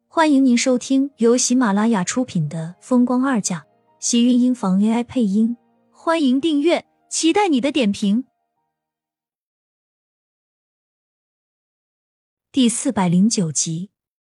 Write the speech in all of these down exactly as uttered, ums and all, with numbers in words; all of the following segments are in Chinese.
欢迎您收听由喜马拉雅出品的《风光二嫁》，喜运音房 A I 配音。欢迎订阅，期待你的点评。第四百零九集，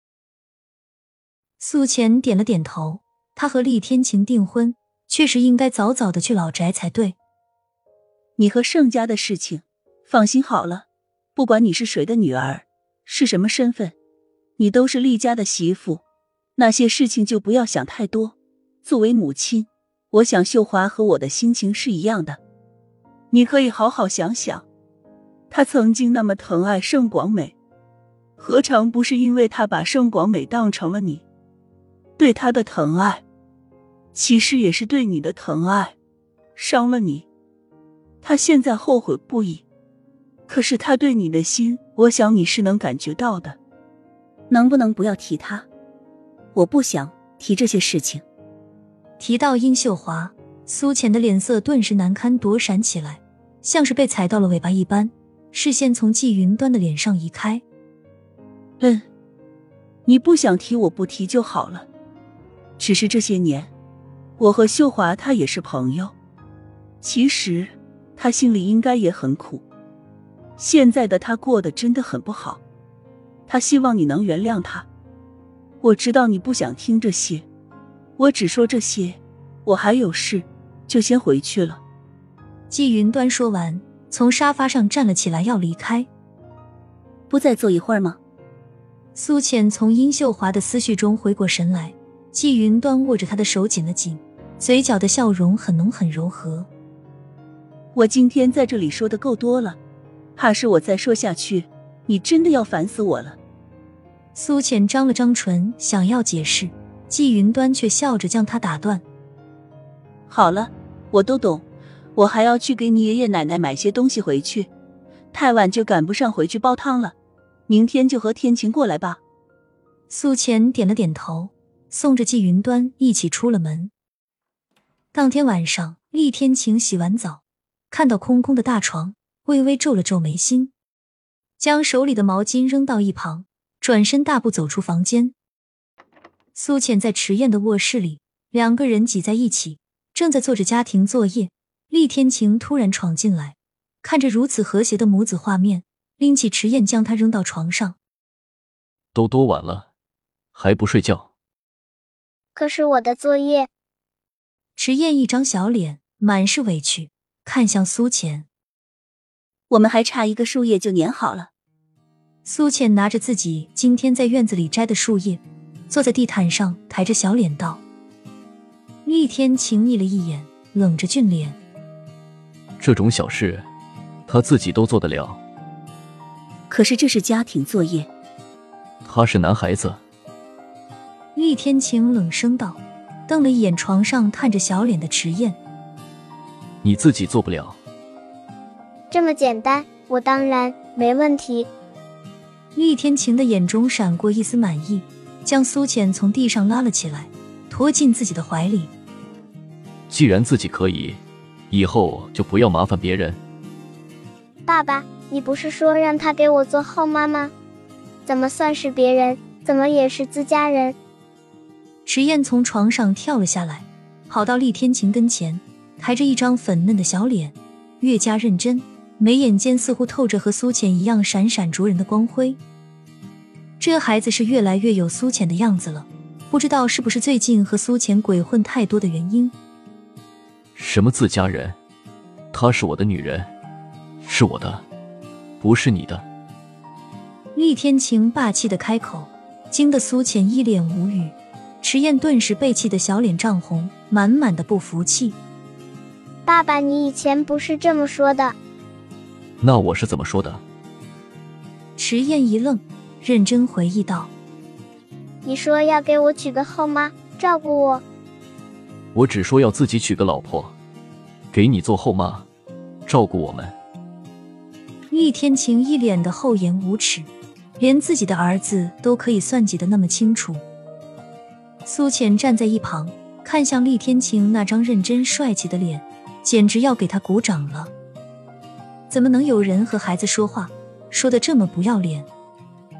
苏浅点了点头，他和厉天晴订婚，确实应该早早的去老宅才对。 你和盛家的事情，放心好了，不管你是谁的女儿，是什么身份，你都是厉家的媳妇，那些事情就不要想太多。作为母亲，我想秀华和我的心情是一样的。你可以好好想想，她曾经那么疼爱盛广美，何尝不是因为她把盛广美当成了你？对她的疼爱，其实也是对你的疼爱，伤了你，她现在后悔不已。可是她对你的心，我想你是能感觉到的。 能不能不要提他？我不想提这些事情。 提到殷秀华，苏浅的脸色顿时难堪躲闪起来，像是被踩到了尾巴一般，视线从季云端的脸上移开。 嗯，你不想提我不提就好了。只是这些年，我和秀华她也是朋友，其实她心里应该也很苦。现在的她过得真的很不好，她希望你能原谅她。我知道你不想听这些，我只说这些，我还有事，就先回去了。 季云端说完，从沙发上站了起来要离开。 不再坐一会儿吗？ 苏浅从殷秀华的思绪中回过神来，季云端握着她的手紧了紧，嘴角的笑容很浓很柔和。 我今天在这里说的够多了，怕是我再说下去，你真的要烦死我了。 苏浅张了张唇，想要解释，季云端却笑着将她打断。 好了，我都懂，我还要去给你爷爷奶奶买些东西回去，太晚就赶不上回去煲汤了，明天就和天晴过来吧。 苏浅点了点头，送着季云端一起出了门。当天晚上，厉天晴洗完澡，看到空空的大床，微微皱了皱眉心，将手里的毛巾扔到一旁，转身大步走出房间。苏浅在迟燕的卧室里，两个人挤在一起，正在做着家庭作业。厉天晴突然闯进来，看着如此和谐的母子画面，拎起迟燕将她扔到床上。 都多晚了，还不睡觉？ 可是我的作业…… 迟燕一张小脸，满是委屈，看向苏浅。 我们还差一个树叶就粘好了。 苏浅拿着自己今天在院子里摘的树叶，坐在地毯上抬着小脸道。厉天晴睨了一眼，冷着俊脸。 这种小事他自己都做得了。 可是这是家庭作业。 他是男孩子。 厉天晴冷声道，瞪了一眼床上探着小脸的迟燕。 你自己做不了？ 这么简单，我当然没问题。 厉天晴的眼中闪过一丝满意，将苏浅从地上拉了起来，拖进自己的怀里。 既然自己可以，以后就不要麻烦别人。 爸爸，你不是说让他给我做后妈吗？怎么算是别人，怎么也是自家人？ 迟燕从床上跳了下来，跑到厉天晴跟前，抬着一张粉嫩的小脸，越加认真，眉眼间似乎透着和苏浅一样闪闪灼人的光辉。这孩子是越来越有苏浅的样子了，不知道是不是最近和苏浅鬼混太多的原因。 什么自家人？她是我的女人，是我的，不是你的。 厉天晴霸气的开口，惊得苏浅一脸无语。迟燕顿时被气得小脸涨红，满满的不服气。 爸爸，你以前不是这么说的。 那我是怎么说的？ 迟燕一愣，认真回忆道： 你说要给我娶个后妈，照顾我。 我只说要自己娶个老婆，给你做后妈，照顾我们。 厉天晴一脸的厚颜无耻，连自己的儿子都可以算计得那么清楚。苏浅站在一旁，看向厉天晴那张认真帅气的脸，简直要给他鼓掌了。怎么能有人和孩子说话，说得这么不要脸？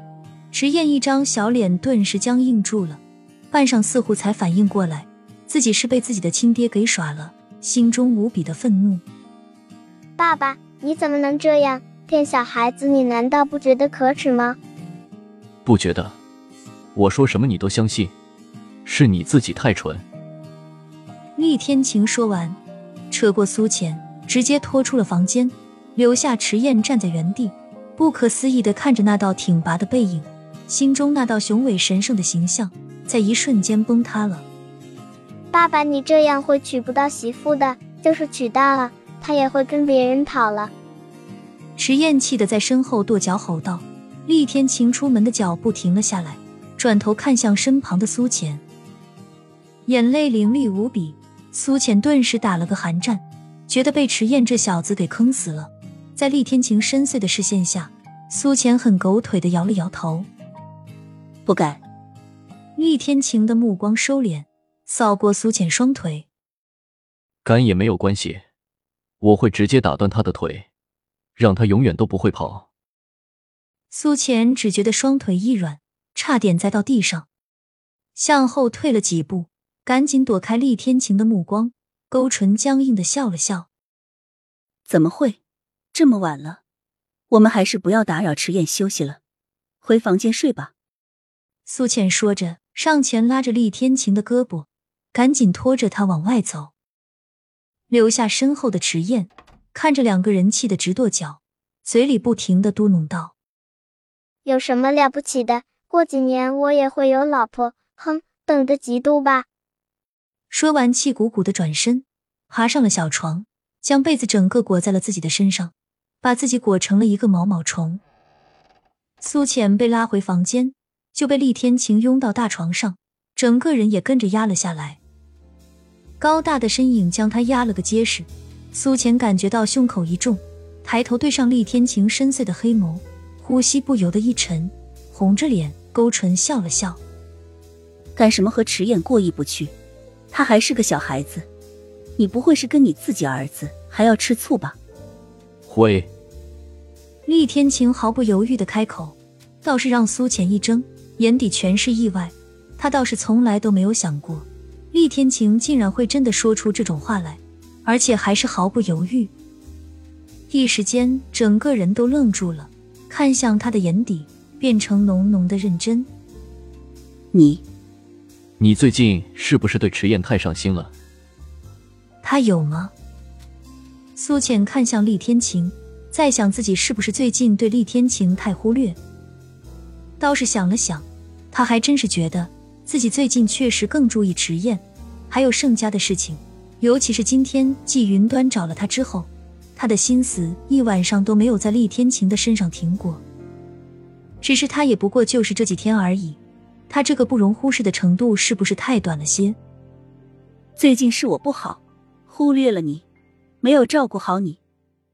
迟燕一张小脸顿时僵硬住了，半晌似乎才反应过来，自己是被自己的亲爹给耍了，心中无比的愤怒。 爸爸，你怎么能这样？骗小孩子，你难道不觉得可耻吗？ 不觉得，我说什么你都相信，是你自己太蠢。 厉天晴说完，扯过苏浅，直接拖出了房间，留下迟燕站在原地，不可思议地看着那道挺拔的背影，心中那道雄伟神圣的形象在一瞬间崩塌了。 爸爸，你这样会娶不到媳妇的，就是娶到了，他也会跟别人跑了。 迟燕气得在身后跺脚吼道。厉天晴出门的脚步停了下来，转头看向身旁的苏浅，眼泪凌厉无比。苏浅顿时打了个寒战，觉得被迟燕这小子给坑死了。在厉天晴深邃的视线下，苏浅很狗腿地摇了摇头。 不敢。 厉天晴的目光收敛，扫过苏浅双腿。 敢也没有关系，我会直接打断他的腿，让他永远都不会跑。 苏浅只觉得双腿一软，差点栽到地上，向后退了几步，赶紧躲开厉天晴的目光，勾唇僵硬地笑了笑。 怎么会？这么晚了，我们还是不要打扰迟燕休息了，回房间睡吧。 苏浅说着，上前拉着厉天晴的胳膊，赶紧拖着他往外走。留下身后的迟燕看着两个人气得直跺脚，嘴里不停地嘟哝道： 有什么了不起的？过几年我也会有老婆，哼，等着嫉妒吧。 说完气鼓鼓地转身，爬上了小床，将被子整个裹在了自己的身上，把自己裹成了一个毛毛虫。苏浅被拉回房间，就被厉天晴拥到大床上，整个人也跟着压了下来。高大的身影将他压了个结实，苏浅感觉到胸口一重，抬头对上厉天晴深邃的黑眸，呼吸不由得一沉，红着脸勾唇笑了笑。 干什么和迟燕过意不去？他还是个小孩子，你不会是跟你自己儿子还要吃醋吧？ 会。 厉天晴毫不犹豫地开口，倒是让苏浅一怔，眼底全是意外。他倒是从来都没有想过厉天晴竟然会真的说出这种话来，而且还是毫不犹豫。一时间整个人都愣住了，看向他的眼底变成浓浓的认真。 你你最近是不是对迟燕太上心了？ 他有吗？苏浅看向厉天晴，在想自己是不是最近对厉天晴太忽略。倒是想了想，他还真是觉得自己最近确实更注意迟燕还有盛家的事情，尤其是今天季云端找了他之后，他的心思一晚上都没有在厉天晴的身上停过。只是他也不过就是这几天而已，他这个不容忽视的程度是不是太短了些？ 最近是我不好，忽略了你，没有照顾好你。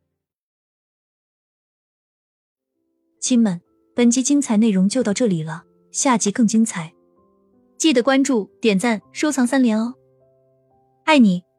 亲们，本集精彩内容就到这里了，下集更精彩，记得关注、点赞、收藏三连哦！爱你。